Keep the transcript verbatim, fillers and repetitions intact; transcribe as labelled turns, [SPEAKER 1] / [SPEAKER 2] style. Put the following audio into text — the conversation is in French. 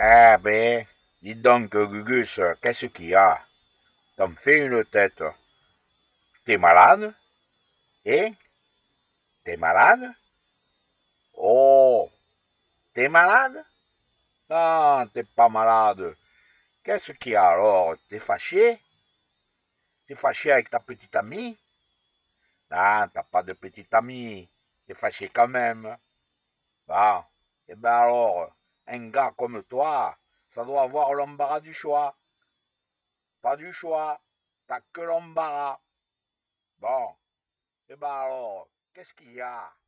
[SPEAKER 1] Eh ben, dis donc, Gugus, qu'est-ce qu'il y a? T'en me fais une tête. T'es malade? Hein? T'es malade? Oh, t'es malade? Non, t'es pas malade. Qu'est-ce qu'il y a alors? T'es fâché? T'es fâché avec ta petite amie? Non, t'as pas de petite amie. T'es fâché quand même. Bon, et ben alors, un gars comme toi, ça doit avoir l'embarras du choix. Pas du choix. T'as que l'embarras. Bon, et ben alors, qu'est-ce qu'il y a?